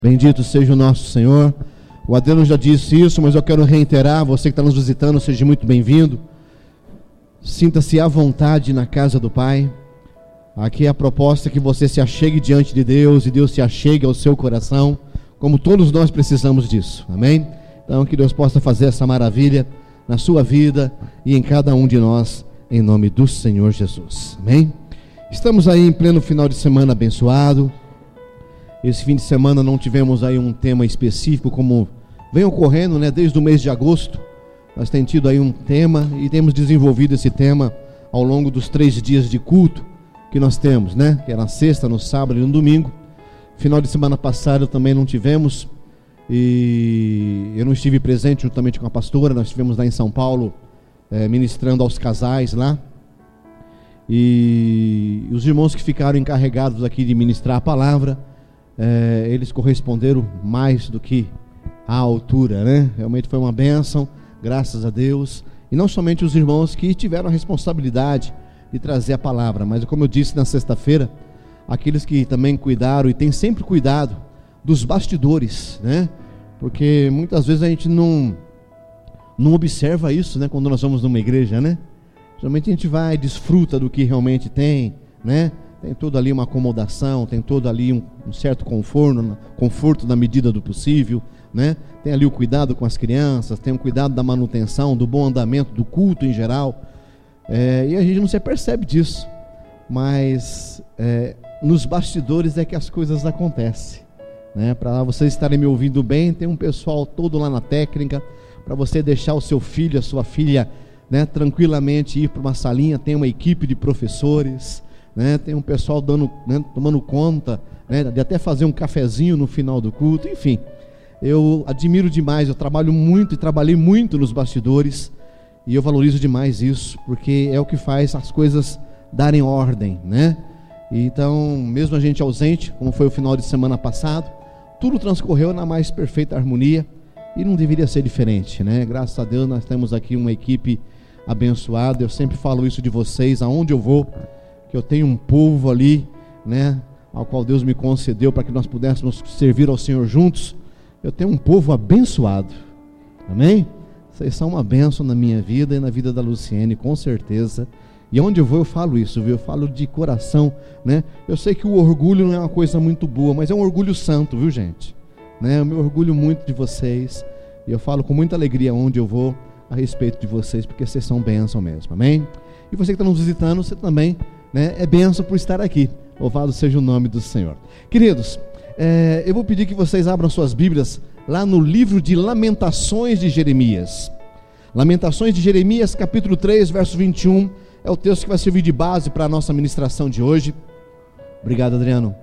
Bendito seja o nosso Senhor. O Adriano já disse isso, mas eu quero reiterar. Você que está nos visitando, seja muito bem-vindo. Sinta-se à vontade na casa do Pai. Aqui é a proposta que você se achegue diante de Deus e Deus se achegue ao seu coração, como todos nós precisamos disso, amém? Então que Deus possa fazer essa maravilha na sua vida e em cada um de nós, em nome do Senhor Jesus, amém? Estamos aí em pleno final de semana abençoado. Esse fim de semana não tivemos aí um tema específico, como vem ocorrendo, né? Desde o mês de agosto, nós temos tido aí um tema e temos desenvolvido esse tema ao longo dos 3 dias de culto que nós temos, né? Que é na sexta, no sábado e no domingo. Final de semana passado também não tivemos, e eu não estive presente juntamente com a pastora. Nós estivemos lá em São Paulo, ministrando aos casais lá, e os irmãos que ficaram encarregados aqui de ministrar a palavra, eles corresponderam mais do que à altura, né? Realmente foi uma bênção, graças a Deus. E não somente os irmãos que tiveram a responsabilidade de trazer a palavra, mas como eu disse na sexta-feira, aqueles que também cuidaram e têm sempre cuidado dos bastidores, né? Porque muitas vezes a gente não observa isso, né? Quando nós vamos numa igreja, né? Geralmente a gente vai, desfruta do que realmente tem, né? Tem toda ali uma acomodação, tem todo ali um certo conforto na medida do possível, né? Tem ali o cuidado com as crianças, tem o cuidado da manutenção, do bom andamento, do culto em geral. E a gente não se apercebe disso, mas nos bastidores é que as coisas acontecem, né? Para vocês estarem me ouvindo bem, tem um pessoal todo lá na técnica, para você deixar o seu filho, a sua filha, né, tranquilamente ir para uma salinha, tem uma equipe de professores, né? Tem um pessoal tomando conta, né, de até fazer um cafezinho no final do culto. Enfim, eu admiro demais, eu trabalho muito e trabalhei muito nos bastidores, e eu valorizo demais isso, porque é o que faz as coisas darem ordem, né? Então, mesmo a gente ausente, como foi o final de semana passado, tudo transcorreu na mais perfeita harmonia, e não deveria ser diferente, né? Graças a Deus nós temos aqui uma equipe abençoada. Eu sempre falo isso de vocês, aonde eu vou, que eu tenho um povo ali, né, ao qual Deus me concedeu para que nós pudéssemos servir ao Senhor juntos. Eu tenho um povo abençoado, amém? Vocês são uma bênção na minha vida e na vida da Luciene, com certeza. E onde eu vou eu falo isso, viu? Eu falo de coração, né? Eu sei que o orgulho não é uma coisa muito boa, mas é um orgulho santo, viu, gente? Né? Eu me orgulho muito de vocês, e eu falo com muita alegria onde eu vou a respeito de vocês, porque vocês são bênção mesmo, amém? E você que está nos visitando, você também, né, é bênção por estar aqui. Louvado seja o nome do Senhor. Queridos, eu vou pedir que vocês abram suas Bíblias lá no livro de Lamentações de Jeremias. Lamentações de Jeremias, capítulo 3, verso 21, é o texto que vai servir de base para a nossa ministração de hoje. Obrigado, Adriano.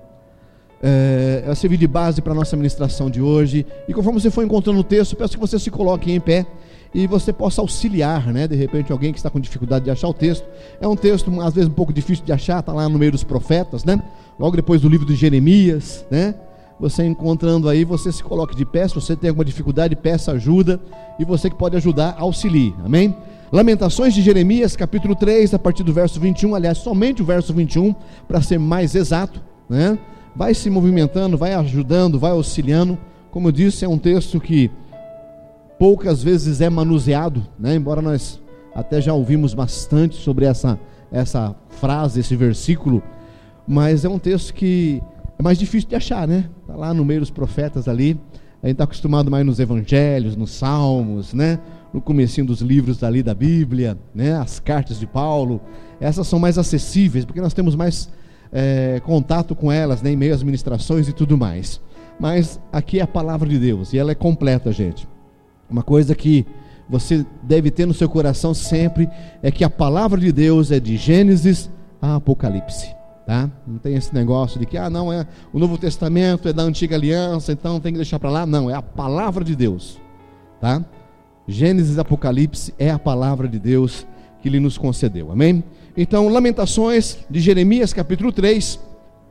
Vai servir de base para a nossa ministração de hoje. E conforme você for encontrando o texto, peço que você se coloque em pé e você possa auxiliar, né? De repente alguém que está com dificuldade de achar o texto. É um texto às vezes um pouco difícil de achar, está lá no meio dos profetas, né? Logo depois do livro de Jeremias, né? Você encontrando aí, você se coloque de pé. Se você tem alguma dificuldade, peça ajuda, e você que pode ajudar, auxilie, amém? Lamentações de Jeremias, capítulo 3, a partir do verso 21, aliás, somente o verso 21, para ser mais exato, né? Vai se movimentando, vai ajudando, vai auxiliando. Como eu disse, é um texto que poucas vezes é manuseado, né? Embora nós até já ouvimos bastante sobre essa frase, esse versículo, mas é um texto que é mais difícil de achar, né? Está lá no meio dos profetas ali. A gente está acostumado mais nos evangelhos, nos salmos, né? No comecinho dos livros ali da Bíblia, né? As cartas de Paulo, essas são mais acessíveis, porque nós temos mais contato com elas, né? Em meio às ministrações e tudo mais. Mas aqui é a palavra de Deus, e ela é completa, gente. Uma coisa que você deve ter no seu coração sempre é que a palavra de Deus é de Gênesis a Apocalipse, tá? Não tem esse negócio de que, não, o Novo Testamento é da Antiga Aliança, então tem que deixar para lá. Não, é a palavra de Deus, tá? Gênesis e Apocalipse é a palavra de Deus que Ele nos concedeu, amém? Então, Lamentações de Jeremias, capítulo 3,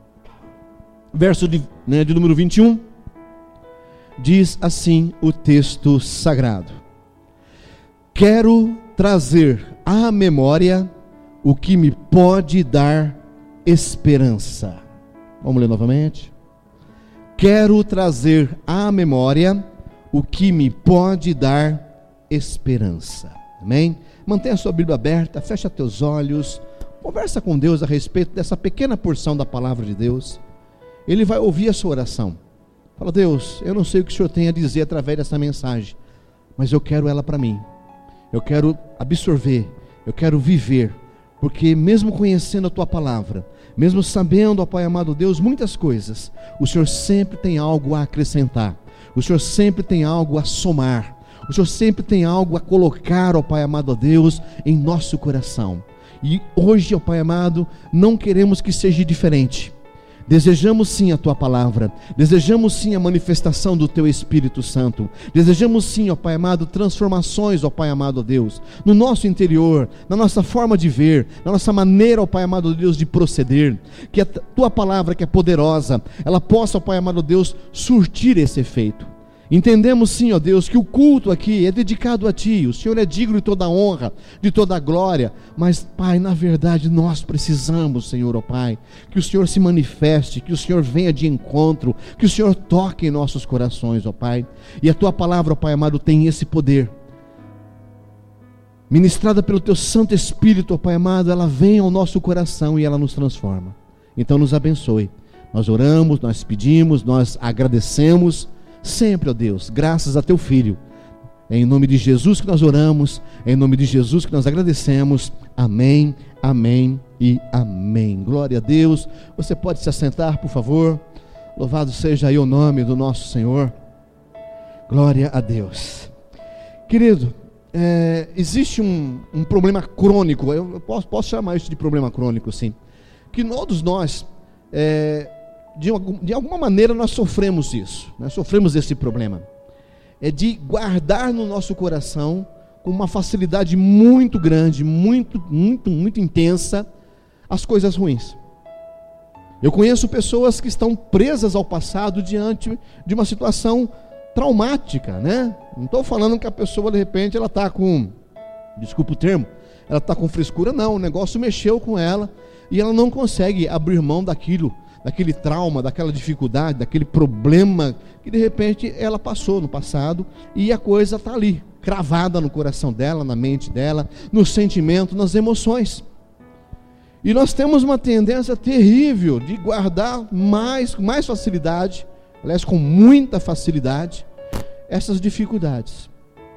verso de número 21, diz assim o texto sagrado: quero trazer à memória o que me pode dar esperança. Vamos ler novamente. quero trazer à memória o que me pode dar esperança. Amém? Mantenha a sua Bíblia aberta, fecha teus olhos, conversa com Deus a respeito dessa pequena porção da palavra de Deus. Ele vai ouvir a sua oração. Fala: Deus, eu não sei o que o Senhor tem a dizer através dessa mensagem, mas eu quero ela para mim. Eu quero absorver, eu quero viver, porque mesmo conhecendo a tua palavra, mesmo sabendo, ó Pai amado Deus, muitas coisas, o Senhor sempre tem algo a acrescentar, o Senhor sempre tem algo a somar, o Senhor sempre tem algo a colocar, ó Pai amado Deus, em nosso coração. E hoje, ó Pai amado, não queremos que seja diferente. Desejamos sim a tua palavra, desejamos sim a manifestação do teu Espírito Santo, desejamos sim, ó Pai amado, transformações, ó Pai amado Deus, no nosso interior, na nossa forma de ver, na nossa maneira, ó Pai amado Deus, de proceder. Que a tua palavra, que é poderosa, ela possa, ó Pai amado Deus, surtir esse efeito. Entendemos sim, ó Deus, que o culto aqui é dedicado a Ti, o Senhor é digno de toda a honra, de toda a glória, mas Pai, na verdade nós precisamos, Senhor, ó Pai, que o Senhor se manifeste, que o Senhor venha de encontro, que o Senhor toque em nossos corações, ó Pai, e a Tua palavra, ó Pai amado, tem esse poder, ministrada pelo Teu Santo Espírito, ó Pai amado, ela vem ao nosso coração e ela nos transforma. Então nos abençoe, nós oramos, nós pedimos, nós agradecemos, sempre, ó Deus, graças a Teu Filho. É em nome de Jesus que nós oramos, é em nome de Jesus que nós agradecemos. Amém, amém e amém. Glória a Deus. Você pode se assentar, por favor. Louvado seja aí o nome do nosso Senhor. Glória a Deus. Querido, existe um problema crônico, eu posso chamar isso de problema crônico, sim, que todos nós, de alguma maneira nós sofremos isso, nós sofremos esse problema, é de guardar no nosso coração com uma facilidade muito grande, muito intensa, as coisas ruins. Eu conheço pessoas que estão presas ao passado diante de uma situação traumática, né? Não estou falando que a pessoa de repente ela está com, desculpa o termo, ela está com frescura, não, o negócio mexeu com ela e ela não consegue abrir mão daquilo, daquele trauma, daquela dificuldade, daquele problema que de repente ela passou no passado e a coisa está ali, cravada no coração dela, na mente dela, no sentimento, nas emoções. E nós temos uma tendência terrível de guardar com mais facilidade, aliás, com muita facilidade, essas dificuldades.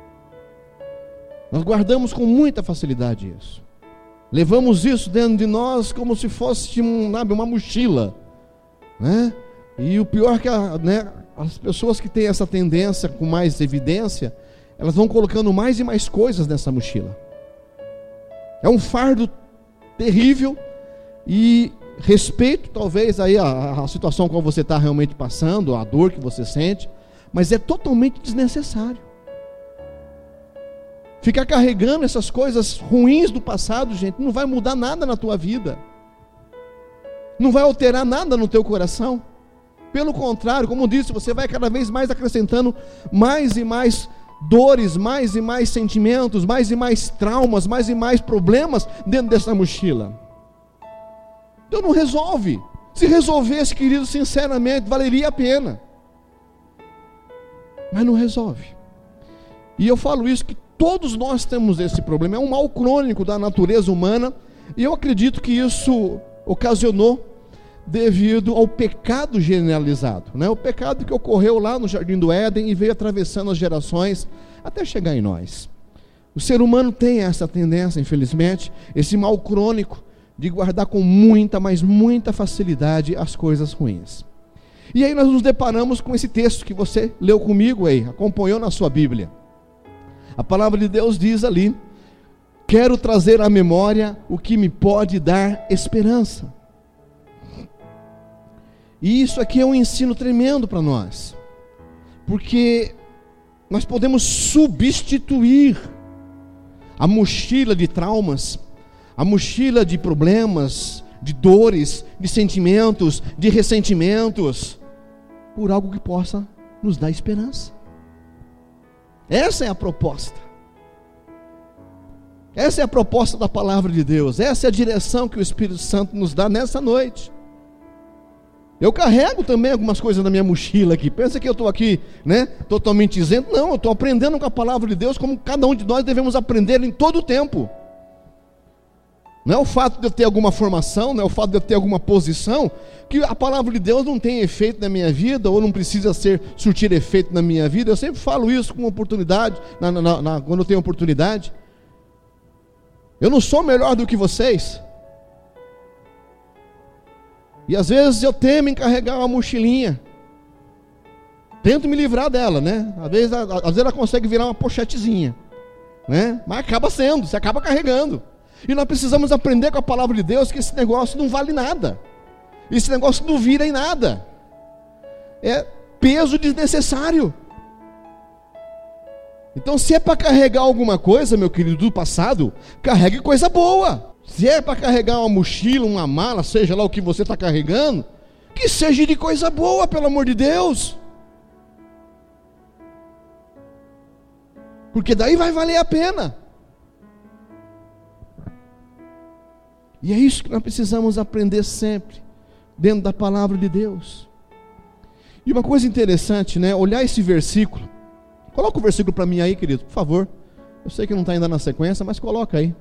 Nós guardamos com muita facilidade isso. Levamos isso dentro de nós como se fosse uma mochila, né? E o pior é que as pessoas que têm essa tendência com mais evidência, elas vão colocando mais e mais coisas nessa mochila. É um fardo terrível. E respeito talvez aí a situação com que você está realmente passando, a dor que você sente, mas é totalmente desnecessário. Ficar carregando essas coisas ruins do passado, gente, não vai mudar nada na tua vida, não vai alterar nada no teu coração. Pelo contrário, como disse, você vai cada vez mais acrescentando mais e mais dores, mais e mais sentimentos, mais e mais traumas, mais e mais problemas dentro dessa mochila. Então não resolve. Se resolvesse, querido, sinceramente, valeria a pena, mas não resolve. E eu falo isso que todos nós temos esse problema, é um mal crônico da natureza humana, e eu acredito que isso ocasionou devido ao pecado generalizado, né? O pecado que ocorreu lá no Jardim do Éden e veio atravessando as gerações até chegar em nós. O ser humano tem essa tendência, infelizmente, esse mal crônico de guardar com muita, mas muita facilidade as coisas ruins. E aí nós nos deparamos com esse texto que você leu comigo aí, acompanhou na sua Bíblia. A palavra de Deus diz ali: quero trazer à memória o que me pode dar esperança. E isso aqui é um ensino tremendo para nós, porque nós podemos substituir a mochila de traumas, a mochila de problemas, de dores, de sentimentos, de ressentimentos, por algo que possa nos dar esperança. Essa é a proposta. Essa é a proposta da palavra de Deus. Essa é a direção que o Espírito Santo nos dá nessa noite. Eu carrego também algumas coisas na minha mochila aqui. Pensa que eu estou aqui, né, totalmente isento. Não, eu estou aprendendo com a palavra de Deus, como cada um de nós devemos aprender em todo o tempo. Não é o fato de eu ter alguma formação, não é o fato de eu ter alguma posição, que a palavra de Deus não tem efeito na minha vida, ou não precisa surtir efeito na minha vida. Eu sempre falo isso com oportunidade, quando eu tenho oportunidade. Eu não sou melhor do que vocês. E às vezes eu temo em carregar uma mochilinha. Tento me livrar dela, né? Às vezes ela consegue virar uma pochetezinha, né? Mas acaba sendo, você acaba carregando. E nós precisamos aprender com a palavra de Deus que esse negócio não vale nada. Esse negócio não vira em nada. É peso desnecessário. Então, se é para carregar alguma coisa, meu querido, do passado, carregue coisa boa. Se é para carregar uma mochila, uma mala, seja lá o que você está carregando, que seja de coisa boa, pelo amor de Deus. Porque daí vai valer a pena. E é isso que nós precisamos aprender sempre, dentro da palavra de Deus. E uma coisa interessante, né? Olhar esse versículo. Coloca o versículo para mim aí, querido, por favor. Eu sei que não está ainda na sequência, mas coloca aí.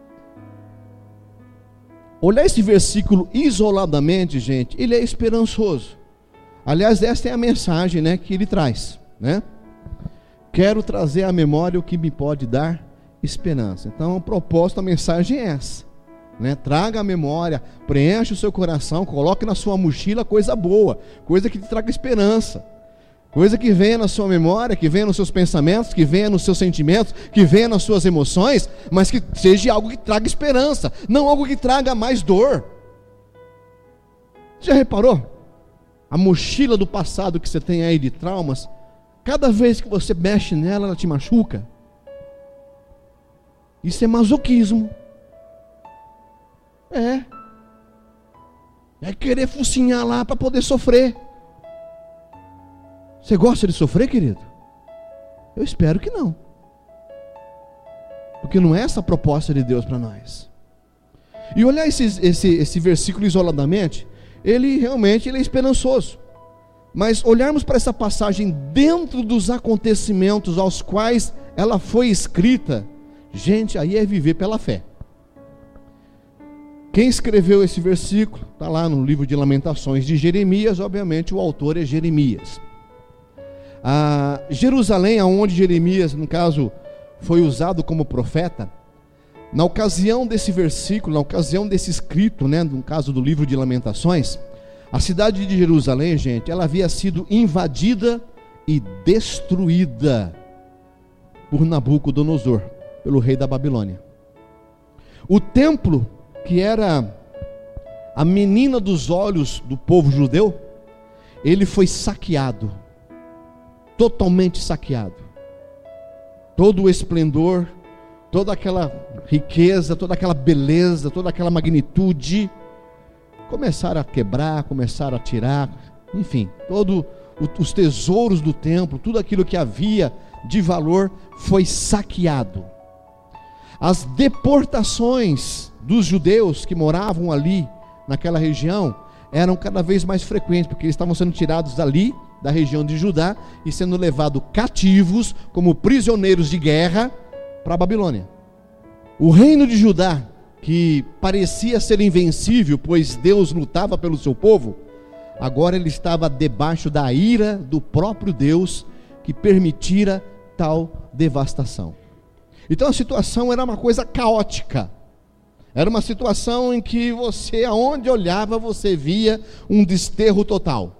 Olhar esse versículo isoladamente, gente, ele é esperançoso. Aliás, esta é a mensagem, né, que ele traz, né? Quero trazer à memória o que me pode dar esperança. Então, a propósito, a mensagem é essa. Né? Traga a memória, preencha o seu coração, coloque na sua mochila coisa boa, coisa que te traga esperança, coisa que venha na sua memória, que venha nos seus pensamentos, que venha nos seus sentimentos, que venha nas suas emoções, mas que seja algo que traga esperança, não algo que traga mais dor. Já reparou? A mochila do passado que você tem aí de traumas, cada vez que você mexe nela, ela te machuca. Isso é masoquismo. É querer focinhar lá para poder sofrer. Você gosta de sofrer, querido? Eu espero que não. Porque não é essa a proposta de Deus para nós. E olhar esse versículo isoladamente, ele realmente é esperançoso. Mas olharmos para essa passagem dentro dos acontecimentos aos quais ela foi escrita, gente, aí é viver pela fé. Quem escreveu esse versículo, está lá no livro de Lamentações de Jeremias, obviamente o autor é Jeremias. Jerusalém, aonde Jeremias, no caso, foi usado como profeta, na ocasião desse versículo, na ocasião desse escrito, né, no caso do livro de Lamentações, a cidade de Jerusalém, gente, ela havia sido invadida e destruída por Nabucodonosor, pelo rei da Babilônia. O templo, que era a menina dos olhos do povo judeu, ele foi saqueado, totalmente saqueado. Todo o esplendor, toda aquela riqueza, toda aquela beleza, toda aquela magnitude, começaram a quebrar, começaram a tirar, enfim, todos os tesouros do templo, tudo aquilo que havia de valor foi saqueado. As deportações dos judeus que moravam ali, naquela região, eram cada vez mais frequentes, porque eles estavam sendo tirados dali, da região de Judá, e sendo levados cativos, como prisioneiros de guerra, para a Babilônia. O reino de Judá, que parecia ser invencível, pois Deus lutava pelo seu povo, agora ele estava debaixo da ira do próprio Deus, que permitira tal devastação. Então a situação era uma coisa caótica. Era uma situação em que você, aonde olhava, você via um desterro total.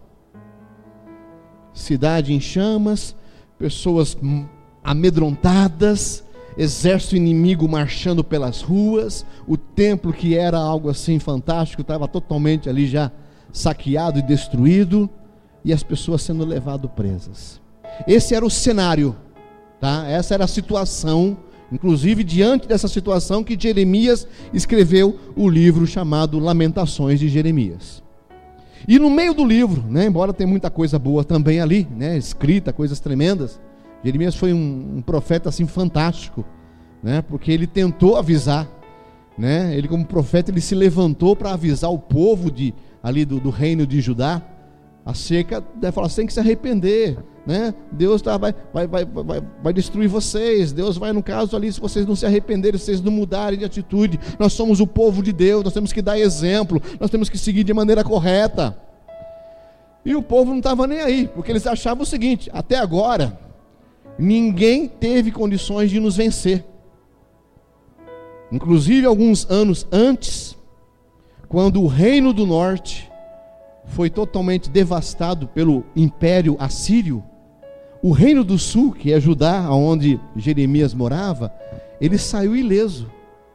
Cidade em chamas, pessoas amedrontadas, exército inimigo marchando pelas ruas, o templo, que era algo assim fantástico, estava totalmente ali já saqueado e destruído, e as pessoas sendo levadas presas. Esse era o cenário, tá? Essa era a situação. Inclusive, diante dessa situação que Jeremias escreveu o livro chamado Lamentações de Jeremias. E no meio do livro, né, embora tenha muita coisa boa também ali, né, escrita, coisas tremendas, Jeremias foi um profeta assim fantástico, né, porque ele tentou avisar, né, ele como profeta ele se levantou para avisar o povo ali do reino de Judá, A seca deve falar, você tem que se arrepender, né? Deus vai destruir vocês. Deus vai, no caso ali, se vocês não se arrependerem, se vocês não mudarem de atitude. Nós somos o povo de Deus, nós temos que dar exemplo, nós temos que seguir de maneira correta. E o povo não estava nem aí, porque eles achavam o seguinte: até agora ninguém teve condições de nos vencer. Inclusive alguns anos antes, quando o reino do norte foi totalmente devastado pelo Império Assírio, o reino do sul, que é Judá, onde Jeremias morava, ele saiu ileso.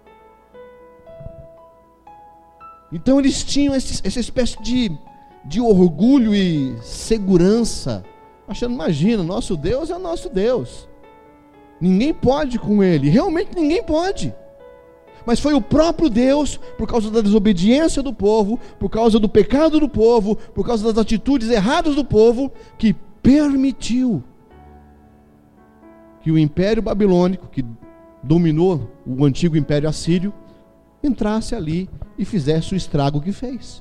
Então eles tinham essa espécie de orgulho e segurança, achando, imagina, nosso Deus é o nosso Deus, ninguém pode com ele. Realmente ninguém pode. Mas foi o próprio Deus, por causa da desobediência do povo, por causa do pecado do povo, por causa das atitudes erradas do povo, que permitiu que o Império Babilônico, que dominou o antigo Império Assírio, entrasse ali e fizesse o estrago que fez.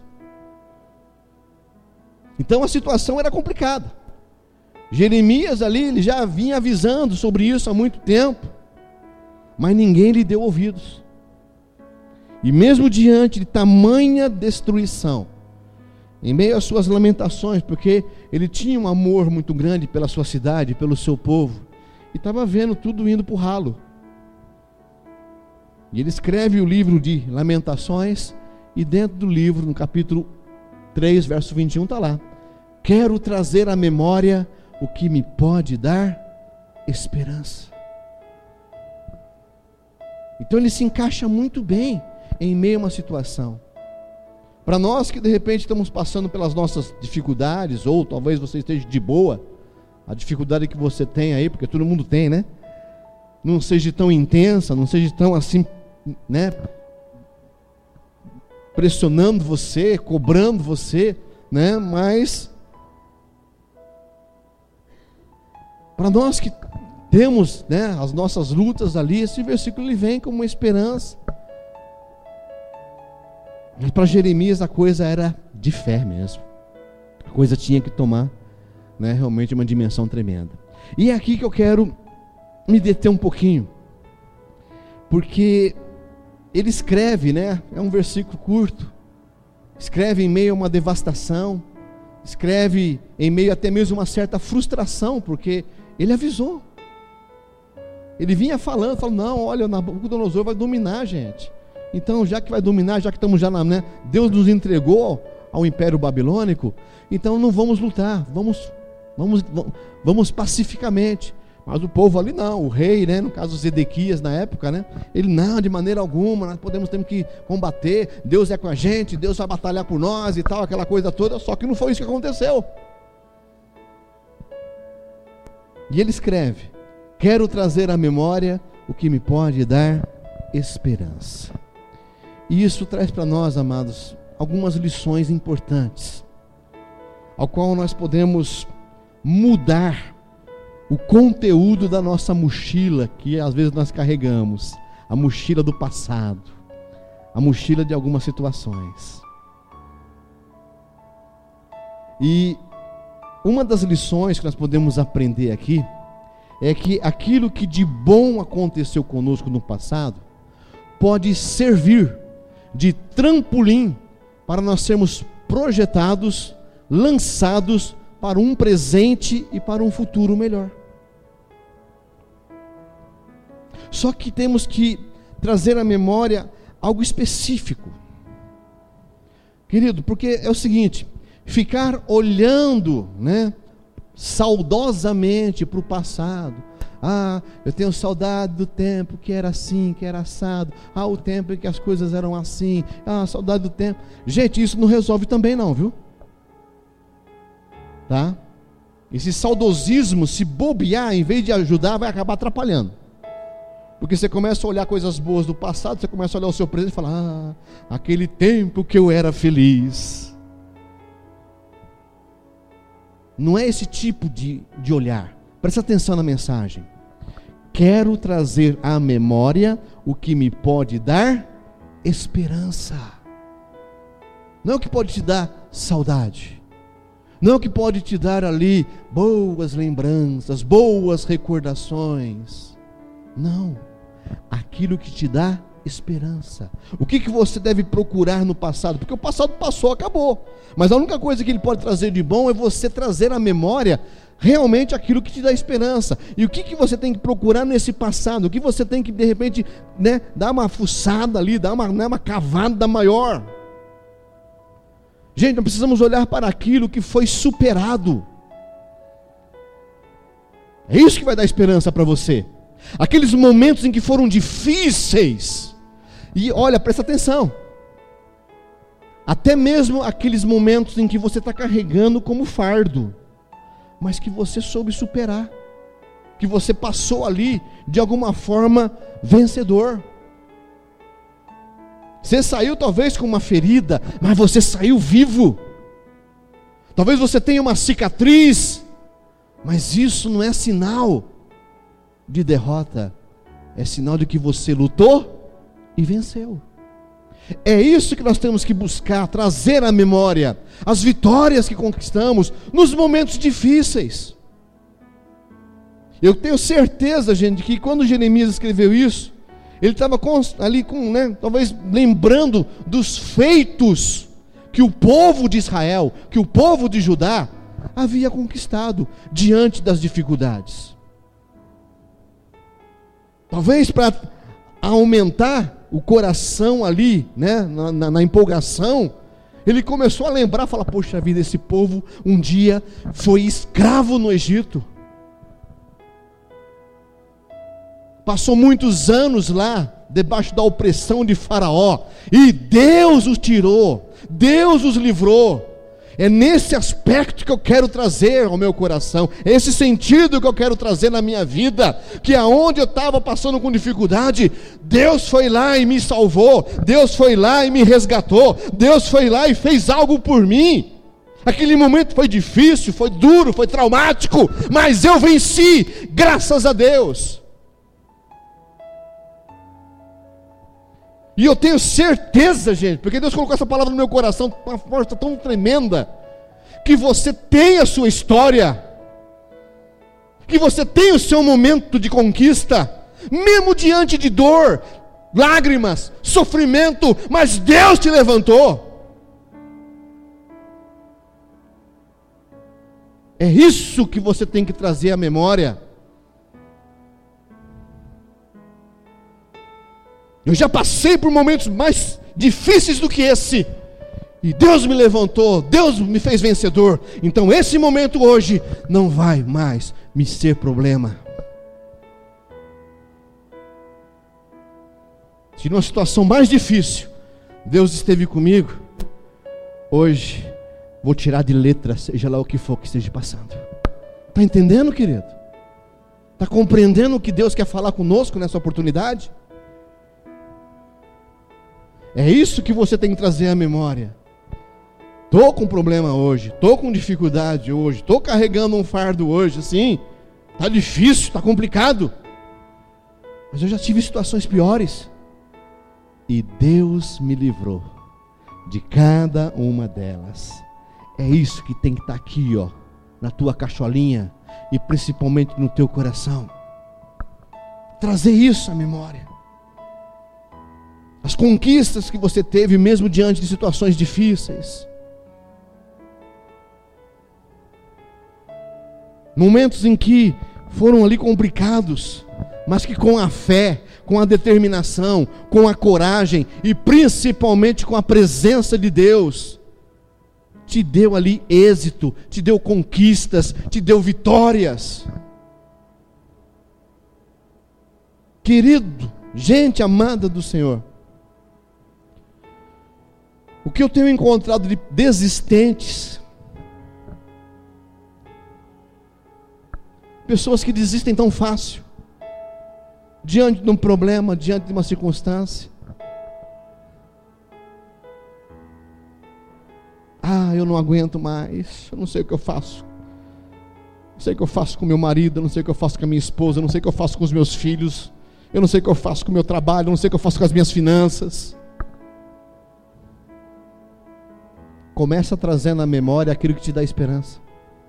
Então a situação era complicada. Jeremias ali, ele já vinha avisando sobre isso há muito tempo, mas ninguém lhe deu ouvidos. E mesmo diante de tamanha destruição, em meio às suas lamentações, porque ele tinha um amor muito grande pela sua cidade, pelo seu povo, e estava vendo tudo indo para o ralo. E ele escreve o livro de Lamentações, e dentro do livro, no capítulo 3, verso 21, está lá: quero trazer à memória o que me pode dar esperança. Então ele se encaixa muito bem em meio a uma situação. Para nós que de repente estamos passando pelas nossas dificuldades, ou talvez você esteja de boa, a dificuldade que você tem aí, porque todo mundo tem, né? Não seja tão intensa, não seja tão assim, né? Pressionando você, cobrando você, né? Mas para nós que temos, né, as nossas lutas ali, esse versículo ele vem como uma esperança. Mas para Jeremias a coisa era de fé mesmo. A coisa tinha que tomar, né, realmente uma dimensão tremenda. E é aqui que eu quero me deter um pouquinho, porque ele escreve, né, é um versículo curto, escreve em meio a uma devastação, escreve em meio até mesmo uma certa frustração, porque ele avisou. Ele vinha falando, não, olha, Nabucodonosor vai dominar, gente. Então, já que vai dominar, já que estamos já né, Deus nos entregou ao Império Babilônico, então não vamos lutar, vamos pacificamente. Mas o povo ali não, o rei, né, no caso Zedequias na época, né, ele não, de maneira alguma, nós temos que combater, Deus é com a gente, Deus vai batalhar por nós e tal, aquela coisa toda, só que não foi isso que aconteceu. E ele escreve: quero trazer à memória o que me pode dar esperança. E isso traz para nós, amados, algumas lições importantes, ao qual nós podemos mudar o conteúdo da nossa mochila, que às vezes nós carregamos, a mochila do passado, a mochila de algumas situações. E uma das lições que nós podemos aprender aqui é que aquilo que de bom aconteceu conosco no passado pode servir de trampolim para nós sermos projetados, lançados para um presente e para um futuro melhor. Só que temos que trazer à memória algo específico, querido, porque é o seguinte: ficar olhando, né, saudosamente para o passado. Eu tenho saudade do tempo que era assim, que era assado. O tempo em que as coisas eram assim. Saudade do tempo. Gente, isso não resolve também não, viu? Tá? Esse saudosismo, se bobear, em vez de ajudar, vai acabar atrapalhando. Porque você começa a olhar coisas boas do passado, você começa a olhar o seu presente e falar: aquele tempo que eu era feliz. Não é esse tipo de olhar. Presta atenção na mensagem. Quero trazer à memória o que me pode dar esperança. Não é o que pode te dar saudade. não é o que pode te dar ali boas lembranças, boas recordações. Não, aquilo que te dá esperança. O que você deve procurar no passado? Porque o passado passou, acabou. Mas a única coisa que ele pode trazer de bom é você trazer à memória realmente aquilo que te dá esperança. E o que você tem que procurar nesse passado? O que você tem que, de repente, dar uma fuçada ali, dar uma cavada maior? Gente, nós precisamos olhar para aquilo que foi superado. É isso que vai dar esperança para você. Aqueles momentos em que foram difíceis. E olha, presta atenção. Até mesmo aqueles momentos em que você está carregando como fardo, mas que você soube superar, que você passou ali de alguma forma vencedor. Você saiu talvez com uma ferida, mas você saiu vivo. Talvez você tenha uma cicatriz, mas isso não é sinal de derrota, é sinal de que você lutou e venceu. É isso que nós temos que buscar, trazer à memória as vitórias que conquistamos nos momentos difíceis. Eu tenho certeza, gente, que quando Jeremias escreveu isso, ele estava ali talvez lembrando dos feitos que o povo de Israel, que o povo de Judá havia conquistado diante das dificuldades. Talvez para aumentar o coração ali, na empolgação, ele começou a lembrar, falar: poxa vida, esse povo um dia foi escravo no Egito, passou muitos anos lá, debaixo da opressão de Faraó, e Deus os tirou, Deus os livrou. É nesse aspecto que eu quero trazer ao meu coração, é esse sentido que eu quero trazer na minha vida, que aonde eu estava passando com dificuldade, Deus foi lá e me salvou, Deus foi lá e me resgatou, Deus foi lá e fez algo por mim. Aquele momento foi difícil, foi duro, foi traumático, mas eu venci, graças a Deus. E eu tenho certeza, gente, porque Deus colocou essa palavra no meu coração com uma força tão tremenda, que você tem a sua história, que você tem o seu momento de conquista, mesmo diante de dor, lágrimas, sofrimento, mas Deus te levantou. É isso que você tem que trazer à memória. Eu já passei por momentos mais difíceis do que esse, e Deus me levantou, Deus me fez vencedor. Então esse momento hoje não vai mais me ser problema. Se numa situação mais difícil Deus esteve comigo, hoje vou tirar de letra, seja lá o que for que esteja passando. Está entendendo, querido? Está compreendendo o que Deus quer falar conosco nessa oportunidade? É isso que você tem que trazer à memória. Estou com problema hoje, estou com dificuldade hoje, estou carregando um fardo hoje, assim, está difícil, está complicado, mas eu já tive situações piores, e Deus me livrou de cada uma delas. É isso que tem que estar aqui, na tua cacholinha, e principalmente no teu coração. Trazer isso à memória. As conquistas que você teve mesmo diante de situações difíceis. Momentos em que foram ali complicados, mas que com a fé, com a determinação, com a coragem e principalmente com a presença de Deus, te deu ali êxito, te deu conquistas, te deu vitórias. Querido, gente amada do Senhor, o que eu tenho encontrado de desistentes, pessoas que desistem tão fácil, diante de um problema, diante de uma circunstância. Eu não aguento mais, eu não sei o que eu faço. Não sei o que eu faço com meu marido, eu não sei o que eu faço com a minha esposa, eu não sei o que eu faço com os meus filhos, eu não sei o que eu faço com o meu trabalho, eu não sei o que eu faço com as minhas finanças. Começa a trazer na memória aquilo que te dá esperança.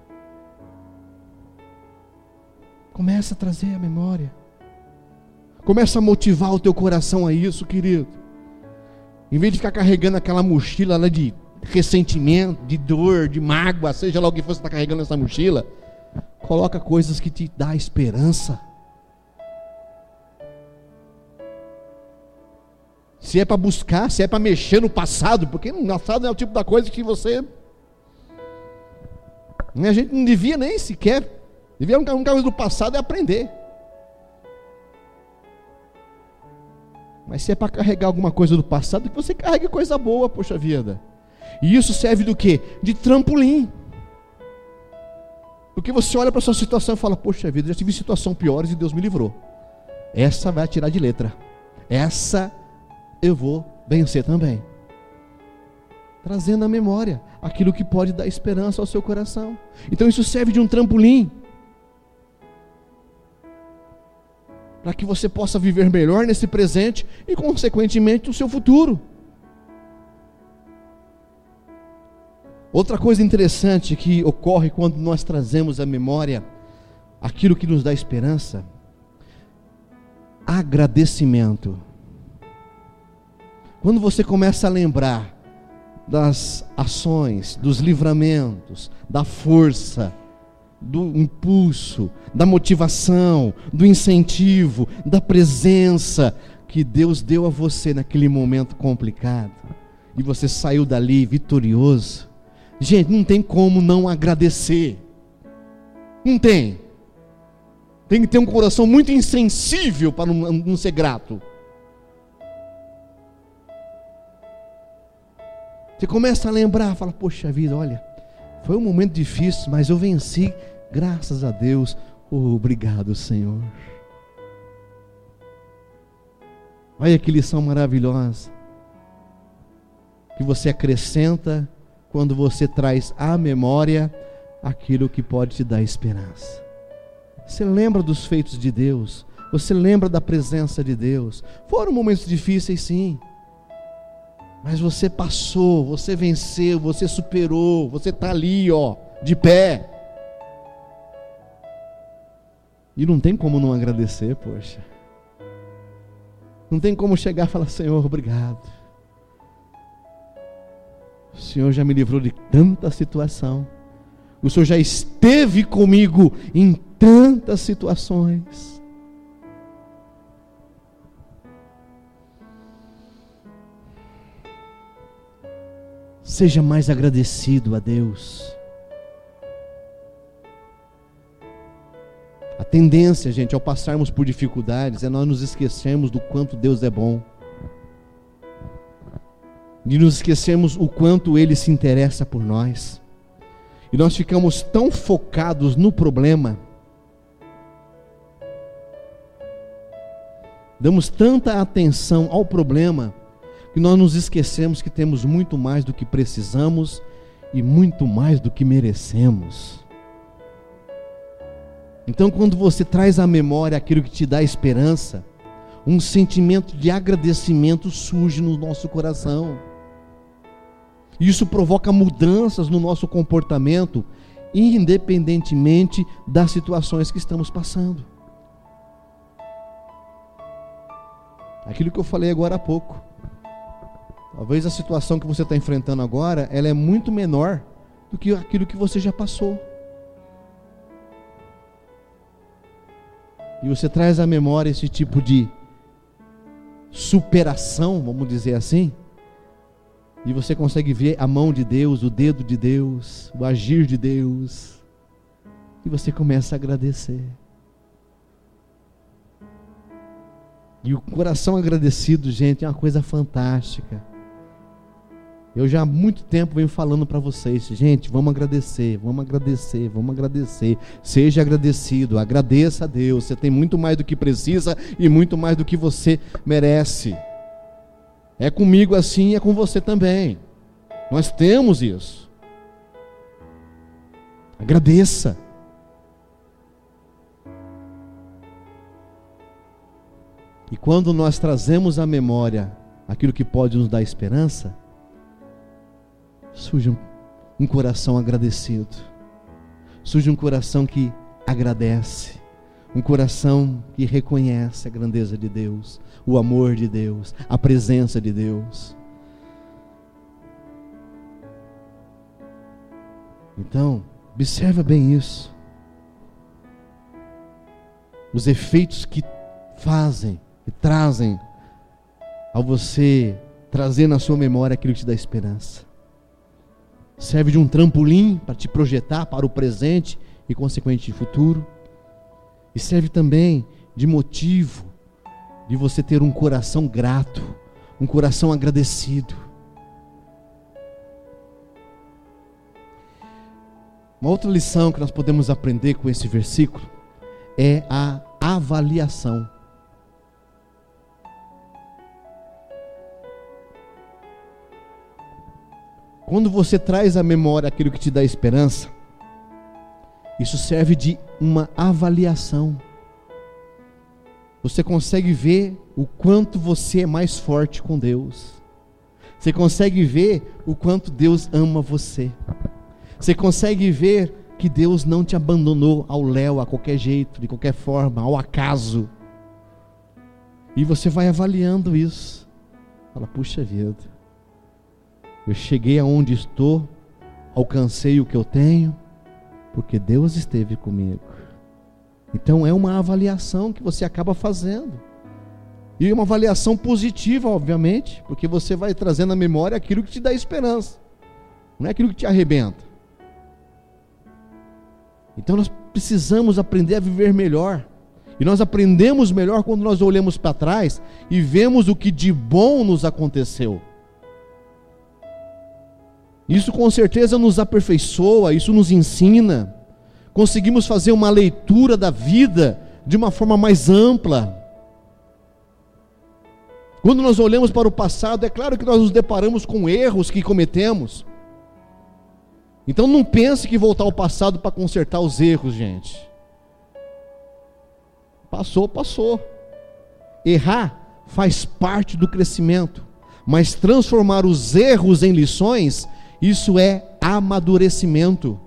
Começa a trazer a memória. Começa a motivar o teu coração a isso, querido. Em vez de ficar carregando aquela mochila lá de ressentimento, de dor, de mágoa, seja lá o que for, você está carregando essa mochila, coloca coisas que te dá esperança. Se é para buscar, se é para mexer no passado, porque no passado é o tipo da coisa que você... A gente não devia nem sequer... Devia um caminho do passado é aprender. Mas se é para carregar alguma coisa do passado, que você carregue coisa boa, poxa vida. E isso serve do quê? De trampolim. Porque você olha para a sua situação e fala, poxa vida, já tive situação piores e Deus me livrou. Essa vai tirar de letra. Essa eu vou vencer também. Trazendo à memória aquilo que pode dar esperança ao seu coração. Então isso serve de um trampolim. Para que você possa viver melhor nesse presente e consequentemente no seu futuro. Outra coisa interessante que ocorre quando nós trazemos à memória aquilo que nos dá esperança, agradecimento. Quando você começa a lembrar das ações, dos livramentos, da força, do impulso, da motivação, do incentivo, da presença que Deus deu a você naquele momento complicado, e você saiu dali vitorioso, gente, não tem como não agradecer. Não tem. Tem que ter um coração muito insensível para não ser grato. Você começa a lembrar, fala, poxa vida, olha, foi um momento difícil, mas eu venci, graças a Deus. Obrigado, Senhor. Olha que lição maravilhosa que você acrescenta quando você traz à memória aquilo que pode te dar esperança. Você lembra dos feitos de Deus, você lembra da presença de Deus. Foram momentos difíceis, sim, mas você passou, você venceu, você superou, você está ali, ó, de pé. E não tem como não agradecer, poxa. Não tem como chegar e falar, Senhor, obrigado. O Senhor já me livrou de tanta situação. O Senhor já esteve comigo em tantas situações. Seja mais agradecido a Deus. A tendência, gente, ao passarmos por dificuldades, é nós nos esquecermos do quanto Deus é bom. E nos esquecemos o quanto Ele se interessa por nós. E nós ficamos tão focados no problema, damos tanta atenção ao problema, que nós nos esquecemos que temos muito mais do que precisamos e muito mais do que merecemos. Então, quando você traz à memória aquilo que te dá esperança, um sentimento de agradecimento surge no nosso coração. Isso provoca mudanças no nosso comportamento, independentemente das situações que estamos passando. Aquilo que eu falei agora há pouco. Talvez a situação que você está enfrentando agora, ela é muito menor do que aquilo que você já passou. E você traz à memória esse tipo de superação, vamos dizer assim, e você consegue ver a mão de Deus, o dedo de Deus, o agir de Deus, e você começa a agradecer. E o coração agradecido, gente, é uma coisa fantástica. Eu já há muito tempo venho falando para vocês, gente, vamos agradecer, vamos agradecer, vamos agradecer. Seja agradecido, agradeça a Deus. Você tem muito mais do que precisa e muito mais do que você merece. É comigo assim e é com você também. Nós temos isso. Agradeça. E quando nós trazemos à memória aquilo que pode nos dar esperança, surja um coração agradecido, surja um coração que agradece, um coração que reconhece a grandeza de Deus, o amor de Deus, a presença de Deus. Então, observa bem isso. Os efeitos que fazem, que trazem ao você trazer na sua memória aquilo que te dá esperança. Serve de um trampolim para te projetar para o presente e consequentemente futuro. E serve também de motivo de você ter um coração grato, um coração agradecido. Uma outra lição que nós podemos aprender com esse versículo é a avaliação. Quando você traz à memória aquilo que te dá esperança, isso serve de uma avaliação. Você consegue ver o quanto você é mais forte com Deus. Você consegue ver o quanto Deus ama você. Você consegue ver que Deus não te abandonou ao léu, a qualquer jeito, de qualquer forma, ao acaso. E você vai avaliando isso. Fala, puxa vida, eu cheguei aonde estou, alcancei o que eu tenho, porque Deus esteve comigo. Então é uma avaliação que você acaba fazendo. E uma avaliação positiva, obviamente, porque você vai trazendo à memória aquilo que te dá esperança, não é aquilo que te arrebenta. Então nós precisamos aprender a viver melhor. E nós aprendemos melhor quando nós olhamos para trás e vemos o que de bom nos aconteceu. Isso com certeza nos aperfeiçoa, isso nos ensina. Conseguimos fazer uma leitura da vida de uma forma mais ampla. Quando nós olhamos para o passado, é claro que nós nos deparamos com erros que cometemos. Então não pense que voltar ao passado para consertar os erros, gente. Passou, passou. Errar faz parte do crescimento, mas transformar os erros em lições, isso é amadurecimento.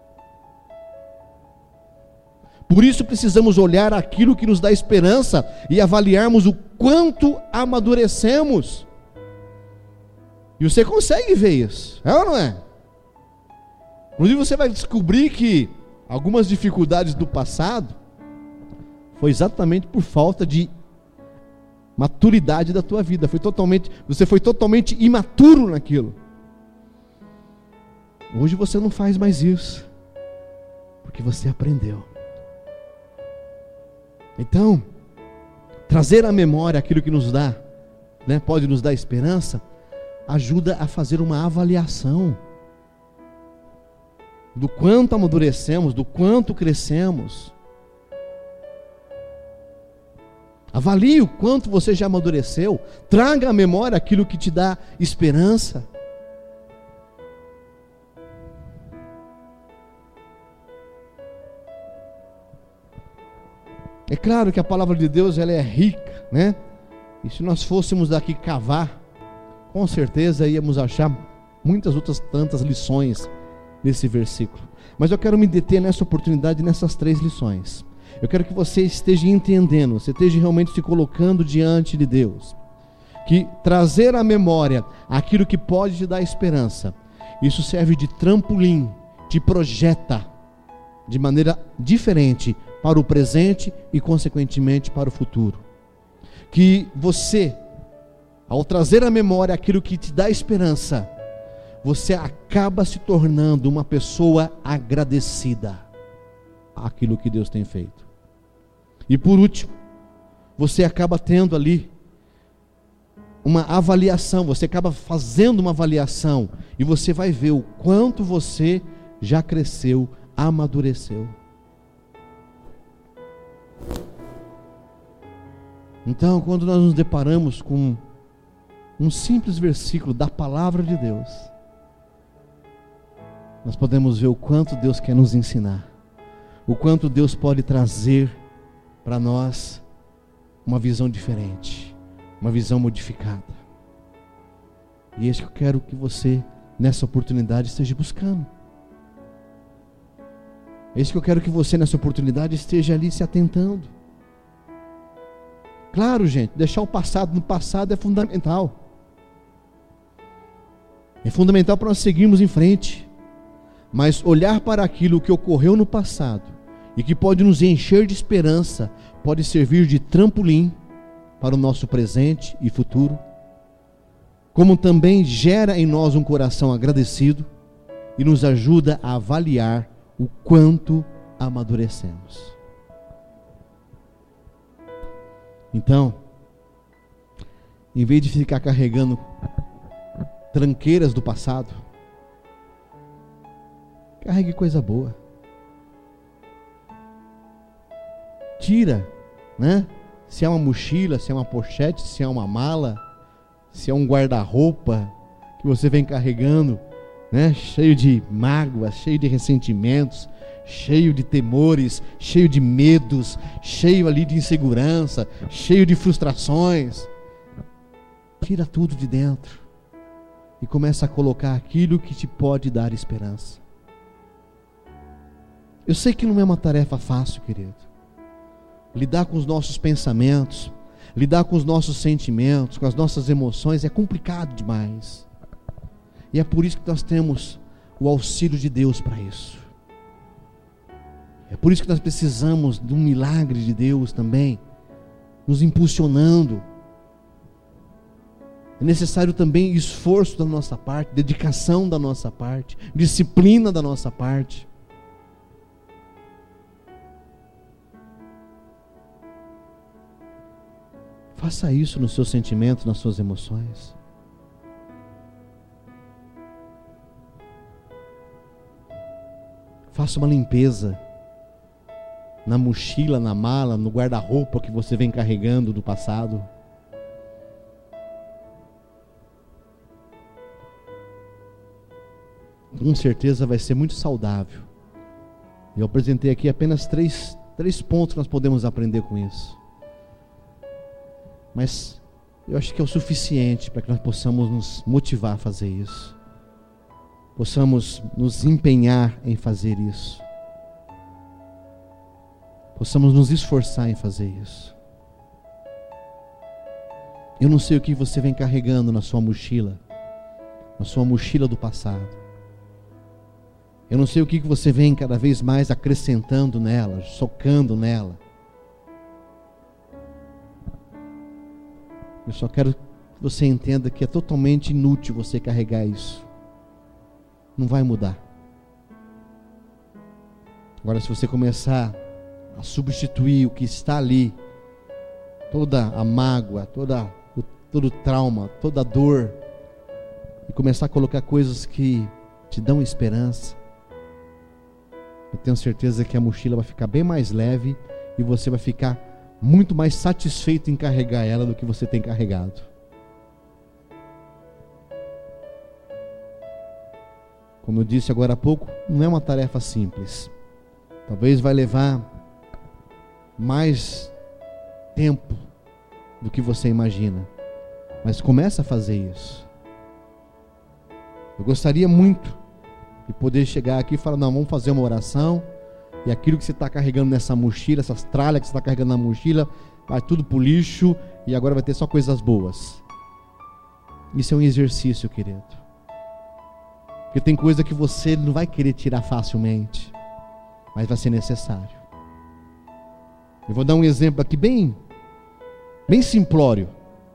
Por isso precisamos olhar aquilo que nos dá esperança e avaliarmos o quanto amadurecemos. E você consegue ver isso, é ou não é? Inclusive você vai descobrir que algumas dificuldades do passado foi exatamente por falta de maturidade da tua vida. Você foi totalmente imaturo naquilo. Hoje você não faz mais isso, porque você aprendeu. Então, trazer à memória aquilo que nos dá, pode nos dar esperança, ajuda a fazer uma avaliação do quanto amadurecemos, do quanto crescemos. Avalie o quanto você já amadureceu. Traga à memória aquilo que te dá esperança. É claro que a palavra de Deus ela é rica, né? E se nós fôssemos daqui cavar, com certeza íamos achar muitas outras tantas lições nesse versículo. Mas eu quero me deter nessa oportunidade, nessas 3 lições. Eu quero que você esteja entendendo, você esteja realmente se colocando diante de Deus, que trazer à memória aquilo que pode te dar esperança, isso serve de trampolim, te projeta de maneira diferente para o presente e consequentemente para o futuro. Que você, ao trazer à memória aquilo que te dá esperança, você acaba se tornando uma pessoa agradecida àquilo que Deus tem feito. E por último, você acaba tendo ali uma avaliação, você acaba fazendo uma avaliação, e você vai ver o quanto você já cresceu, amadureceu. Então, quando nós nos deparamos com um simples versículo da palavra de Deus, nós podemos ver o quanto Deus quer nos ensinar, o quanto Deus pode trazer para nós uma visão diferente, uma visão modificada. E é isso que eu quero que você nessa oportunidade, esteja buscando. É isso que eu quero que você, nessa oportunidade, esteja ali se atentando. Claro, gente, deixar o passado no passado é fundamental. É fundamental para nós seguirmos em frente. Mas olhar para aquilo que ocorreu no passado e que pode nos encher de esperança, pode servir de trampolim para o nosso presente e futuro, como também gera em nós um coração agradecido e nos ajuda a avaliar o quanto amadurecemos. Então, em vez de ficar carregando tranqueiras do passado, carregue coisa boa. Tira, né? Se é uma mochila, se é uma pochete, se é uma mala, se é um guarda-roupa que você vem carregando, né? Cheio de mágoas, cheio de ressentimentos, cheio de temores, cheio de medos, cheio ali de insegurança, cheio de frustrações. Tira tudo de dentro e começa a colocar aquilo que te pode dar esperança. Eu sei que não é uma tarefa fácil, querido. Lidar com os nossos pensamentos, lidar com os nossos sentimentos, com as nossas emoções é complicado demais. E é por isso que nós temos o auxílio de Deus para isso. É por isso que nós precisamos de um milagre de Deus também, nos impulsionando. É necessário também esforço da nossa parte, dedicação da nossa parte, disciplina da nossa parte. Faça isso nos seus sentimentos, nas suas emoções. Faça uma limpeza na mochila, na mala, no guarda-roupa que você vem carregando do passado. Com certeza vai ser muito saudável. Eu apresentei aqui apenas três pontos que nós podemos aprender com isso. Mas eu acho que é o suficiente para que nós possamos nos motivar a fazer isso. Possamos nos empenhar em fazer isso. Possamos nos esforçar em fazer isso. Eu não sei o que você vem carregando na sua mochila do passado. Eu não sei o que você vem cada vez mais acrescentando nela, socando nela. Eu só quero que você entenda que é totalmente inútil você carregar isso. Não vai mudar. Agora, se você começar a substituir o que está ali, toda a mágoa, todo o trauma, toda a dor, e começar a colocar coisas que te dão esperança, eu tenho certeza que a mochila vai ficar bem mais leve e você vai ficar muito mais satisfeito em carregar ela do que você tem carregado. Como eu disse agora há pouco, não é uma tarefa simples. Talvez vai levar mais tempo do que você imagina. Mas começa a fazer isso. Eu gostaria muito de poder chegar aqui e falar, não, vamos fazer uma oração, e aquilo que você está carregando nessa mochila, essas tralhas que você está carregando na mochila, vai tudo para o lixo, e agora vai ter só coisas boas. Isso é um exercício, querido. Porque tem coisa que você não vai querer tirar facilmente, mas vai ser necessário. Eu vou dar um exemplo aqui bem simplório.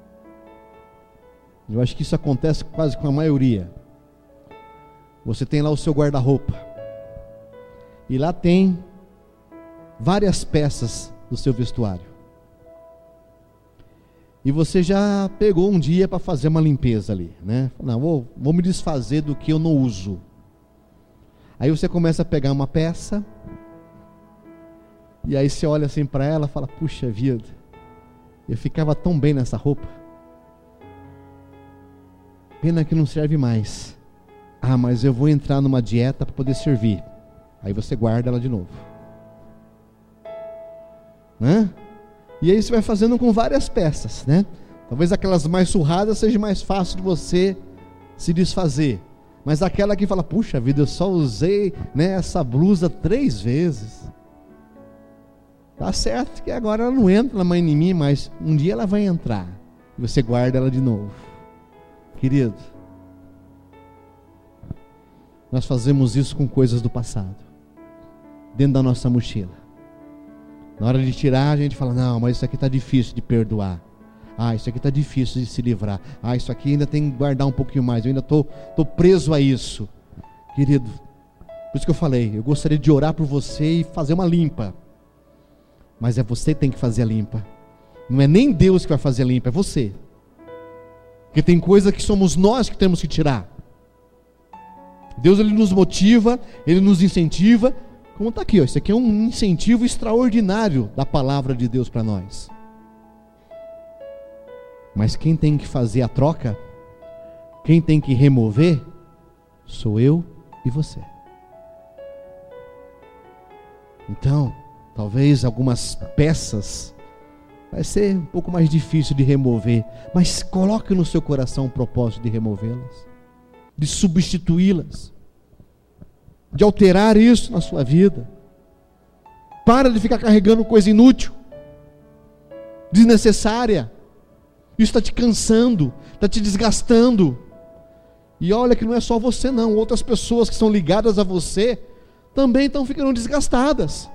Eu acho que isso acontece quase com a maioria. Você tem lá o seu guarda-roupa, e lá tem várias peças do seu vestuário. E você já pegou um dia para fazer uma limpeza ali, né? Não, vou me desfazer do que eu não uso. Aí você começa a pegar uma peça, e aí você olha assim para ela e fala, puxa vida, eu ficava tão bem nessa roupa. Pena que não serve mais. Ah, mas eu vou entrar numa dieta para poder servir. Aí você guarda ela de novo, né? E aí você vai fazendo com várias peças, né? Talvez aquelas mais surradas seja mais fácil de você se desfazer, Mas aquela que fala, puxa vida, eu só usei, né, essa blusa 3 vezes. Tá certo que agora ela não entra mais em mim, mas um dia ela vai entrar. E você guarda ela de novo. Querido, nós fazemos isso com coisas do passado, dentro da nossa mochila. Na hora de tirar, a gente fala, não, mas isso aqui está difícil de perdoar. Ah, isso aqui está difícil de se livrar. Ah, isso aqui ainda tem que guardar um pouquinho mais. Eu ainda estou preso a isso. Querido, por isso que eu falei, eu gostaria de orar por você e fazer uma limpa. Mas é você que tem que fazer a limpa. Não é nem Deus que vai fazer a limpa, é você. Porque tem coisa que somos nós que temos que tirar. Deus, Ele nos motiva, Ele nos incentiva. Como está aqui, ó, isso aqui é um incentivo extraordinário da palavra de Deus para nós. Mas quem tem que fazer a troca, quem tem que remover, sou eu e você. Então, talvez algumas peças vai ser um pouco mais difícil de remover, mas coloque no seu coração o propósito de removê-las, de substituí-las, de alterar isso na sua vida. Para de ficar carregando coisa inútil, desnecessária. Isso está te cansando, está te desgastando. E olha que não é só você não, outras pessoas que são ligadas a você também estão ficando desgastadas.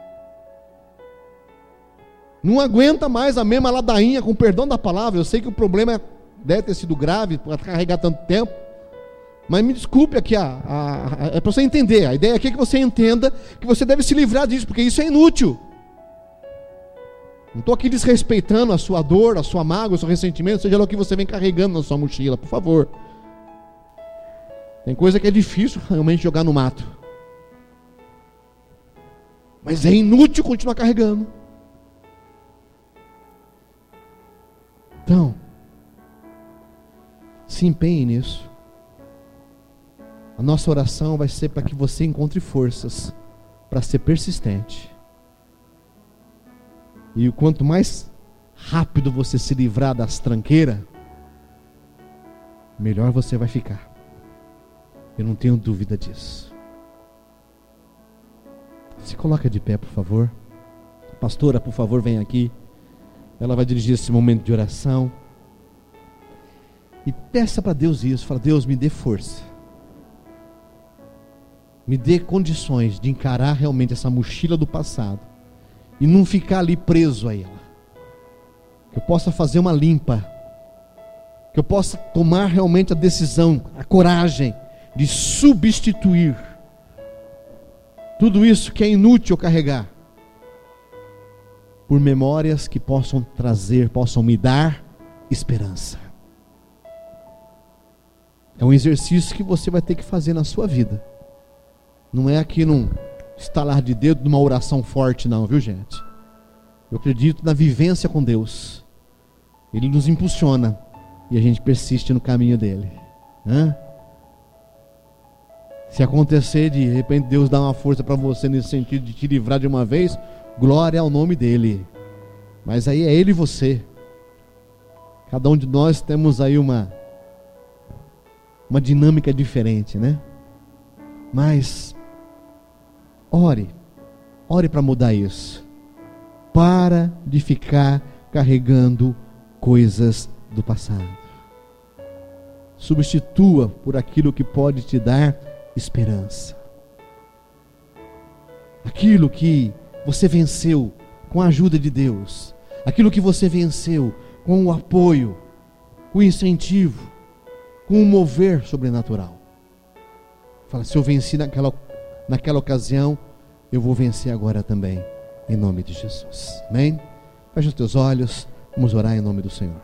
Não aguenta mais a mesma ladainha, com perdão da palavra. Eu sei que o problema deve ter sido grave para carregar tanto tempo, mas me desculpe aqui, é para você entender. A ideia aqui é que você entenda que você deve se livrar disso, porque isso é inútil. Não estou aqui desrespeitando a sua dor, a sua mágoa, o seu ressentimento, seja lá o que você vem carregando na sua mochila, por favor. Tem coisa que é difícil realmente jogar no mato, mas é inútil continuar carregando. Então, se empenhe nisso. A nossa oração vai ser para que você encontre forças para ser persistente. E o quanto mais rápido você se livrar das tranqueiras, melhor você vai ficar. Eu não tenho dúvida disso. Se coloca de pé, por favor. Pastora, por favor, vem aqui. Ela vai dirigir esse momento de oração. E peça para Deus isso. Fala, Deus, me dê força. Me dê condições de encarar realmente essa mochila do passado. E não ficar ali preso a ela. Que eu possa fazer uma limpa. Que eu possa tomar realmente a decisão, a coragem de substituir tudo isso que é inútil carregar por memórias que possam trazer, possam me dar esperança. É um exercício que você vai ter que fazer na sua vida. Não é aqui num estalar de dedo, numa oração forte não, viu gente? Eu acredito na vivência com Deus. Ele nos impulsiona e a gente persiste no caminho dele. Se acontecer de repente Deus dá uma força para você nesse sentido de te livrar de uma vez, glória ao nome dele. Mas aí é ele e você. Cada um de nós temos aí uma dinâmica diferente, né? Mas ore para mudar isso. Para de ficar carregando coisas do passado. Substitua por aquilo que pode te dar esperança. Aquilo que você venceu com a ajuda de Deus. Aquilo que você venceu com o apoio, com o incentivo, com o mover sobrenatural. Fala, se eu venci naquela ocasião, eu vou vencer agora também, em nome de Jesus. Amém? Feche os teus olhos, vamos orar em nome do Senhor.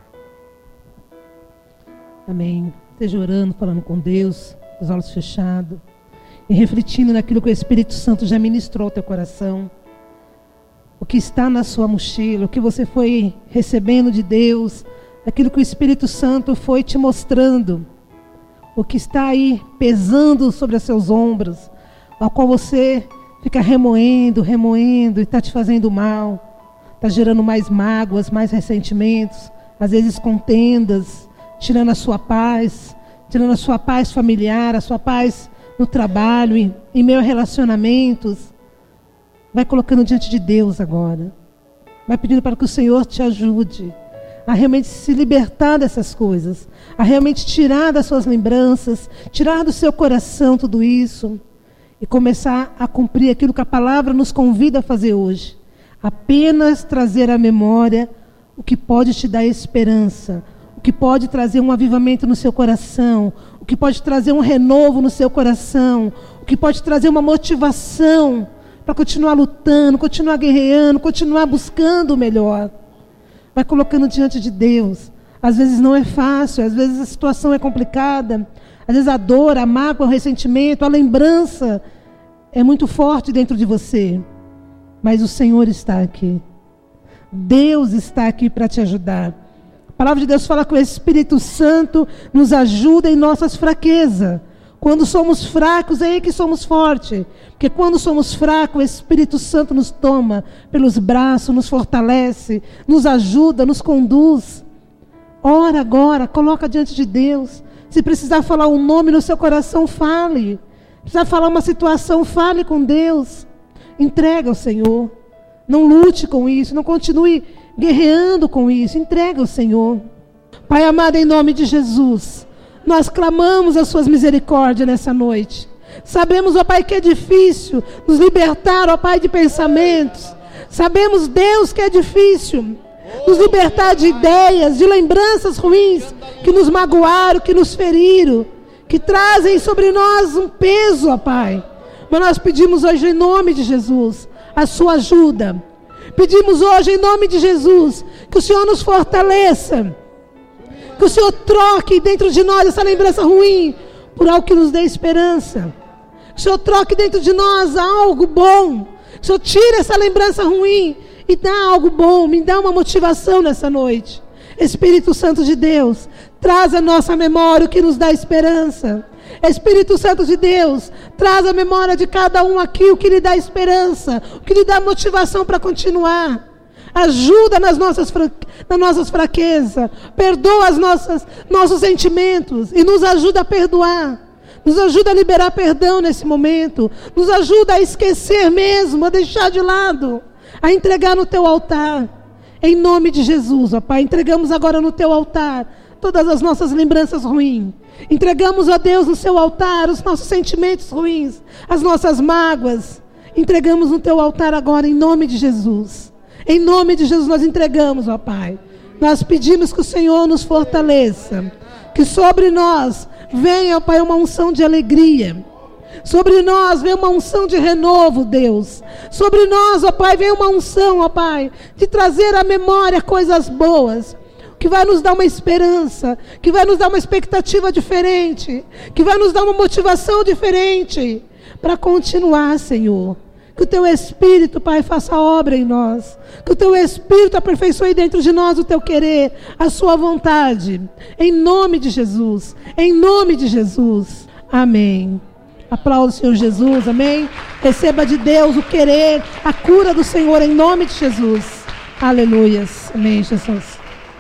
Amém. Esteja orando, falando com Deus, os olhos fechados, e refletindo naquilo que o Espírito Santo já ministrou ao teu coração. O que está na sua mochila, o que você foi recebendo de Deus, aquilo que o Espírito Santo foi te mostrando, o que está aí pesando sobre os seus ombros, ao qual você fica remoendo e está te fazendo mal, está gerando mais mágoas, mais ressentimentos, às vezes contendas, tirando a sua paz, tirando a sua paz familiar, a sua paz no trabalho, em meio a relacionamentos. Vai colocando diante de Deus agora. Vai pedindo para que o Senhor te ajude a realmente se libertar dessas coisas, a realmente tirar das suas lembranças, tirar do seu coração tudo isso e começar a cumprir aquilo que a palavra nos convida a fazer hoje. Apenas trazer à memória o que pode te dar esperança, o que pode trazer um avivamento no seu coração, o que pode trazer um renovo no seu coração, o que pode trazer uma motivação para continuar lutando, continuar guerreando, continuar buscando o melhor. Vai colocando diante de Deus. Às vezes não é fácil, às vezes a situação é complicada, às vezes a dor, a mágoa, o ressentimento, a lembrança é muito forte dentro de você. Mas o Senhor está aqui. Deus está aqui para te ajudar. A palavra de Deus fala que o Espírito Santo nos ajuda em nossas fraquezas. Quando somos fracos, é aí que somos fortes. Porque quando somos fracos, o Espírito Santo nos toma pelos braços, nos fortalece, nos ajuda, nos conduz. Ora agora, coloca diante de Deus. Se precisar falar um nome no seu coração, fale. Se precisar falar uma situação, fale com Deus. Entrega ao Senhor. Não lute com isso, não continue guerreando com isso. Entrega ao Senhor. Pai amado, em nome de Jesus, nós clamamos as suas misericórdias nessa noite. Sabemos, ó Pai, que é difícil nos libertar, ó Pai, de pensamentos. Sabemos, Deus, que é difícil nos libertar de ideias, de lembranças ruins que nos magoaram, que nos feriram, que trazem sobre nós um peso, ó Pai. Mas nós pedimos hoje, em nome de Jesus, a sua ajuda. Pedimos hoje, em nome de Jesus, que o Senhor nos fortaleça, que o Senhor troque dentro de nós essa lembrança ruim por algo que nos dê esperança. Que o Senhor troque dentro de nós algo bom. Que o Senhor tire essa lembrança ruim e dá algo bom. Me dá uma motivação nessa noite. Espírito Santo de Deus, traz à nossa memória o que nos dá esperança. Espírito Santo de Deus, traz à memória de cada um aqui o que lhe dá esperança, o que lhe dá motivação para continuar. Ajuda nas nossas fraquezas, perdoa nossos sentimentos e nos ajuda a perdoar. Nos ajuda a liberar perdão nesse momento. Nos ajuda a esquecer mesmo, a deixar de lado, a entregar no teu altar. Em nome de Jesus, ó Pai, entregamos agora no teu altar todas as nossas lembranças ruins. Entregamos, ó Deus, no seu altar os nossos sentimentos ruins, as nossas mágoas. Entregamos no teu altar agora, em nome de Jesus. Em nome de Jesus nós entregamos, ó Pai. Nós pedimos que o Senhor nos fortaleça. Que sobre nós venha, ó Pai, uma unção de alegria. Sobre nós venha uma unção de renovo, Deus. Sobre nós, ó Pai, venha uma unção, ó Pai, de trazer à memória coisas boas. Que vai nos dar uma esperança. Que vai nos dar uma expectativa diferente. Que vai nos dar uma motivação diferente. Para continuar, Senhor. Que o teu Espírito, Pai, faça obra em nós. Que o teu Espírito aperfeiçoe dentro de nós o teu querer, a sua vontade. Em nome de Jesus. Em nome de Jesus. Amém. Aplauda o Senhor Jesus. Amém. Receba de Deus o querer, a cura do Senhor em nome de Jesus. Aleluias. Amém, Jesus.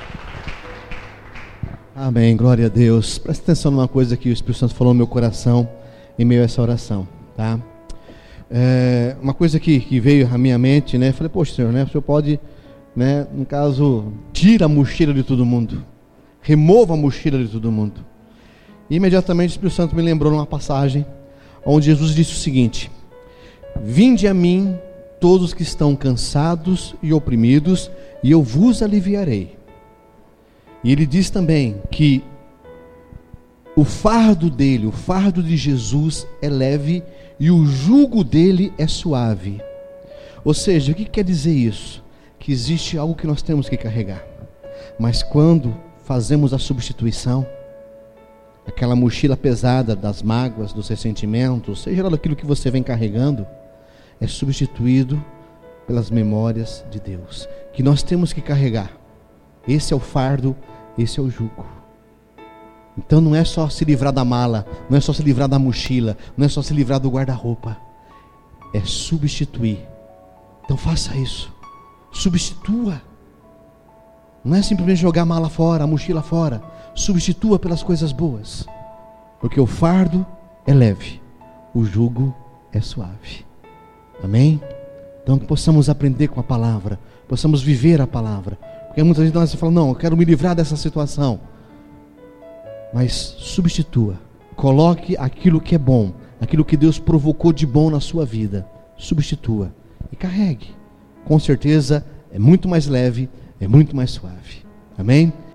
Amém. Glória a Deus. Presta atenção numa coisa que o Espírito Santo falou no meu coração em meio a essa oração, tá? Uma coisa que veio à minha mente, né? Falei, poxa, Senhor, né? O Senhor pode, né? No caso, tira a mochila de todo mundo, remova a mochila de todo mundo. E imediatamente o Espírito Santo me lembrou numa passagem onde Jesus disse o seguinte: vinde a mim todos que estão cansados e oprimidos, e eu vos aliviarei. E ele diz também que o fardo dele, o fardo de Jesus é leve e o jugo dele é suave. Ou seja, o que quer dizer isso? Que existe algo que nós temos que carregar. Mas quando fazemos a substituição, aquela mochila pesada das mágoas, dos ressentimentos, seja lá daquilo que você vem carregando, é substituído pelas memórias de Deus, que nós temos que carregar. Esse é o fardo, esse é o jugo. Então não é só se livrar da mala, não é só se livrar da mochila, não é só se livrar do guarda-roupa, é substituir. Então faça isso, substitua. Não é simplesmente jogar a mala fora, a mochila fora. Substitua pelas coisas boas. Porque o fardo é leve, o jugo é suave. Amém? Então que possamos aprender com a palavra, possamos viver a palavra. Porque muitas vezes nós falamos, não, eu quero me livrar dessa situação. Mas substitua, coloque aquilo que é bom, aquilo que Deus provocou de bom na sua vida, substitua e carregue. Com certeza é muito mais leve, é muito mais suave. Amém?